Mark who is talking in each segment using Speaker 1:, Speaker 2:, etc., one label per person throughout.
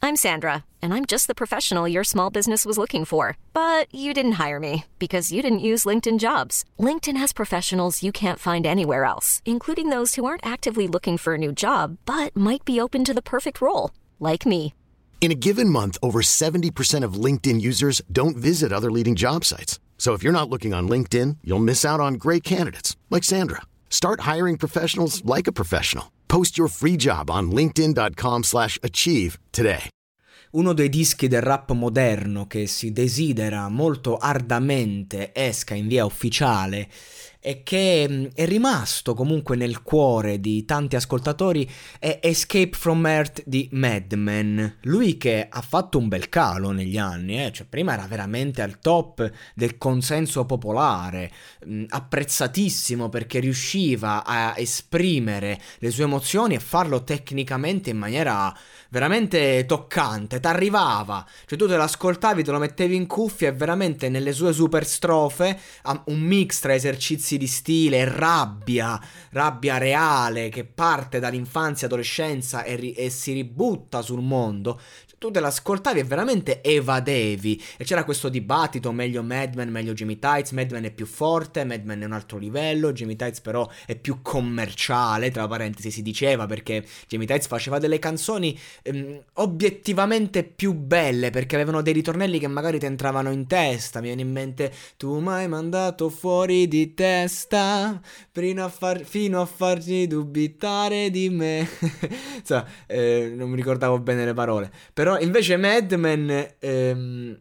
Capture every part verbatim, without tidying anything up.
Speaker 1: I'm Sandra, and I'm just the professional your small business was looking for. But you didn't hire me because you didn't use LinkedIn Jobs. LinkedIn has professionals you can't find anywhere else, including those who aren't actively looking for a new job, but might be open to the perfect role, like me.
Speaker 2: In a given month, over seventy percent of LinkedIn users don't visit other leading job sites. So if you're not looking on LinkedIn, you'll miss out on great candidates like Sandra. Start hiring professionals like a professional. Post your free job on linkedin.com slash achieve today.
Speaker 3: Uno dei dischi del rap moderno che si desidera molto ardamente esca in via ufficiale e che è rimasto comunque nel cuore di tanti ascoltatori è Escape from Earth di Madman. Lui che ha fatto un bel calo negli anni, eh? Cioè prima era veramente al top del consenso popolare, mh, apprezzatissimo perché riusciva a esprimere le sue emozioni e farlo tecnicamente in maniera veramente toccante, t'arrivava, cioè tu te l'ascoltavi, te lo mettevi in cuffia e veramente nelle sue super strofe un mix tra esercizi di stile e rabbia, rabbia reale che parte dall'infanzia, adolescenza e, ri- e si ributta sul mondo. Tu te l'ascoltavi e veramente evadevi, e c'era questo dibattito meglio Madman, meglio Jimmy Tights. Madman è più forte, Madman è un altro livello, Jimmy Tights però è più commerciale, tra parentesi si diceva, perché Jimmy Tights faceva delle canzoni ehm, obiettivamente più belle perché avevano dei ritornelli che magari ti entravano in testa. Mi viene in mente: tu m'hai mandato fuori di testa fino a, far, fino a farci dubitare di me. Insomma, eh, non mi ricordavo bene le parole, però Però invece Madman ehm,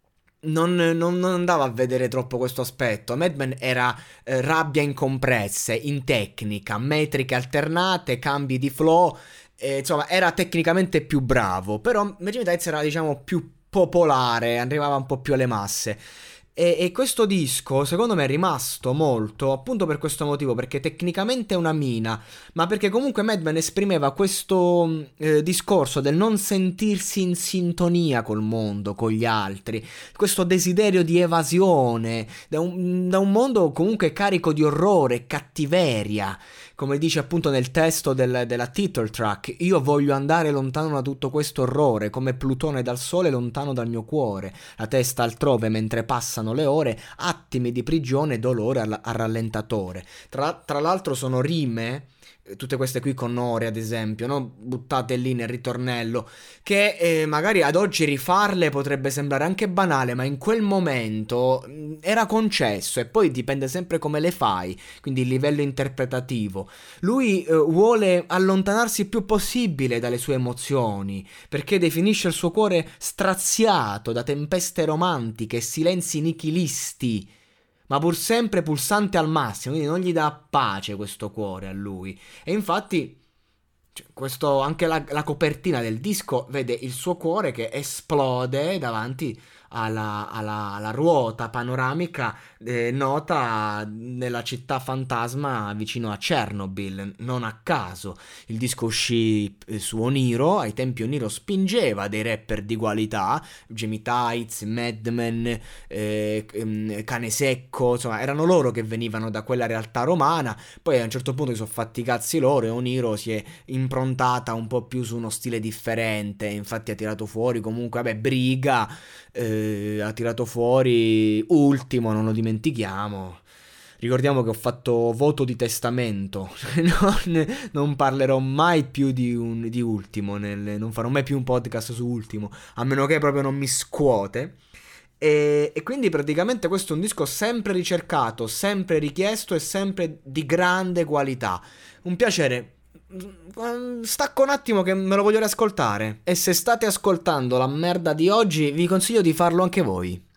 Speaker 3: non, non, non andava a vedere troppo questo aspetto. Madman era eh, rabbia incompresse, in tecnica, metriche alternate, cambi di flow, eh, insomma era tecnicamente più bravo. Però Jimmy Tights era, diciamo, più popolare, arrivava un po' più alle masse. E, e questo disco secondo me è rimasto molto appunto per questo motivo, perché tecnicamente è una mina, ma perché comunque Madman esprimeva questo eh, discorso del non sentirsi in sintonia col mondo, con gli altri, questo desiderio di evasione da un, da un mondo comunque carico di orrore e cattiveria. Come dice appunto nel testo del, della title track: io voglio andare lontano da tutto questo orrore, come Plutone dal sole lontano dal mio cuore, la testa altrove mentre passano le ore, attimi di prigione e dolore al, al rallentatore. Tra, tra l'altro sono rime, tutte queste qui con ore ad esempio, no? Buttate lì nel ritornello, che eh, magari ad oggi rifarle potrebbe sembrare anche banale, ma in quel momento mh, era concesso, e poi dipende sempre come le fai, quindi il livello interpretativo. Lui eh, vuole allontanarsi il più possibile dalle sue emozioni, perché definisce il suo cuore straziato da tempeste romantiche e silenzi nichilisti, ma pur sempre pulsante al massimo, quindi non gli dà pace questo cuore a lui. E infatti cioè, questo, anche la, la copertina del disco vede il suo cuore che esplode davanti alla, alla, alla ruota panoramica eh, nota nella città fantasma vicino a Chernobyl. Non a caso il disco uscì eh, su Oniro. Ai tempi Oniro spingeva dei rapper di qualità, Jimmy Tights, Madman, eh, Cane Secco, insomma erano loro che venivano da quella realtà romana. Poi a un certo punto si sono fatti i cazzi loro e Oniro si è improntata un po' più su uno stile differente, infatti ha tirato fuori comunque, vabbè, Briga, eh, ha tirato fuori Ultimo, non lo dimentichiamo. Ricordiamo che ho fatto voto di testamento, non, non parlerò mai più di, un, di Ultimo, nel, non farò mai più un podcast su Ultimo, a meno che proprio non mi scuote. E, e quindi praticamente questo è un disco sempre ricercato, sempre richiesto e sempre di grande qualità. Un piacere. Stacco un attimo che me lo voglio riascoltare. E se state ascoltando la merda di oggi, vi consiglio di farlo anche voi.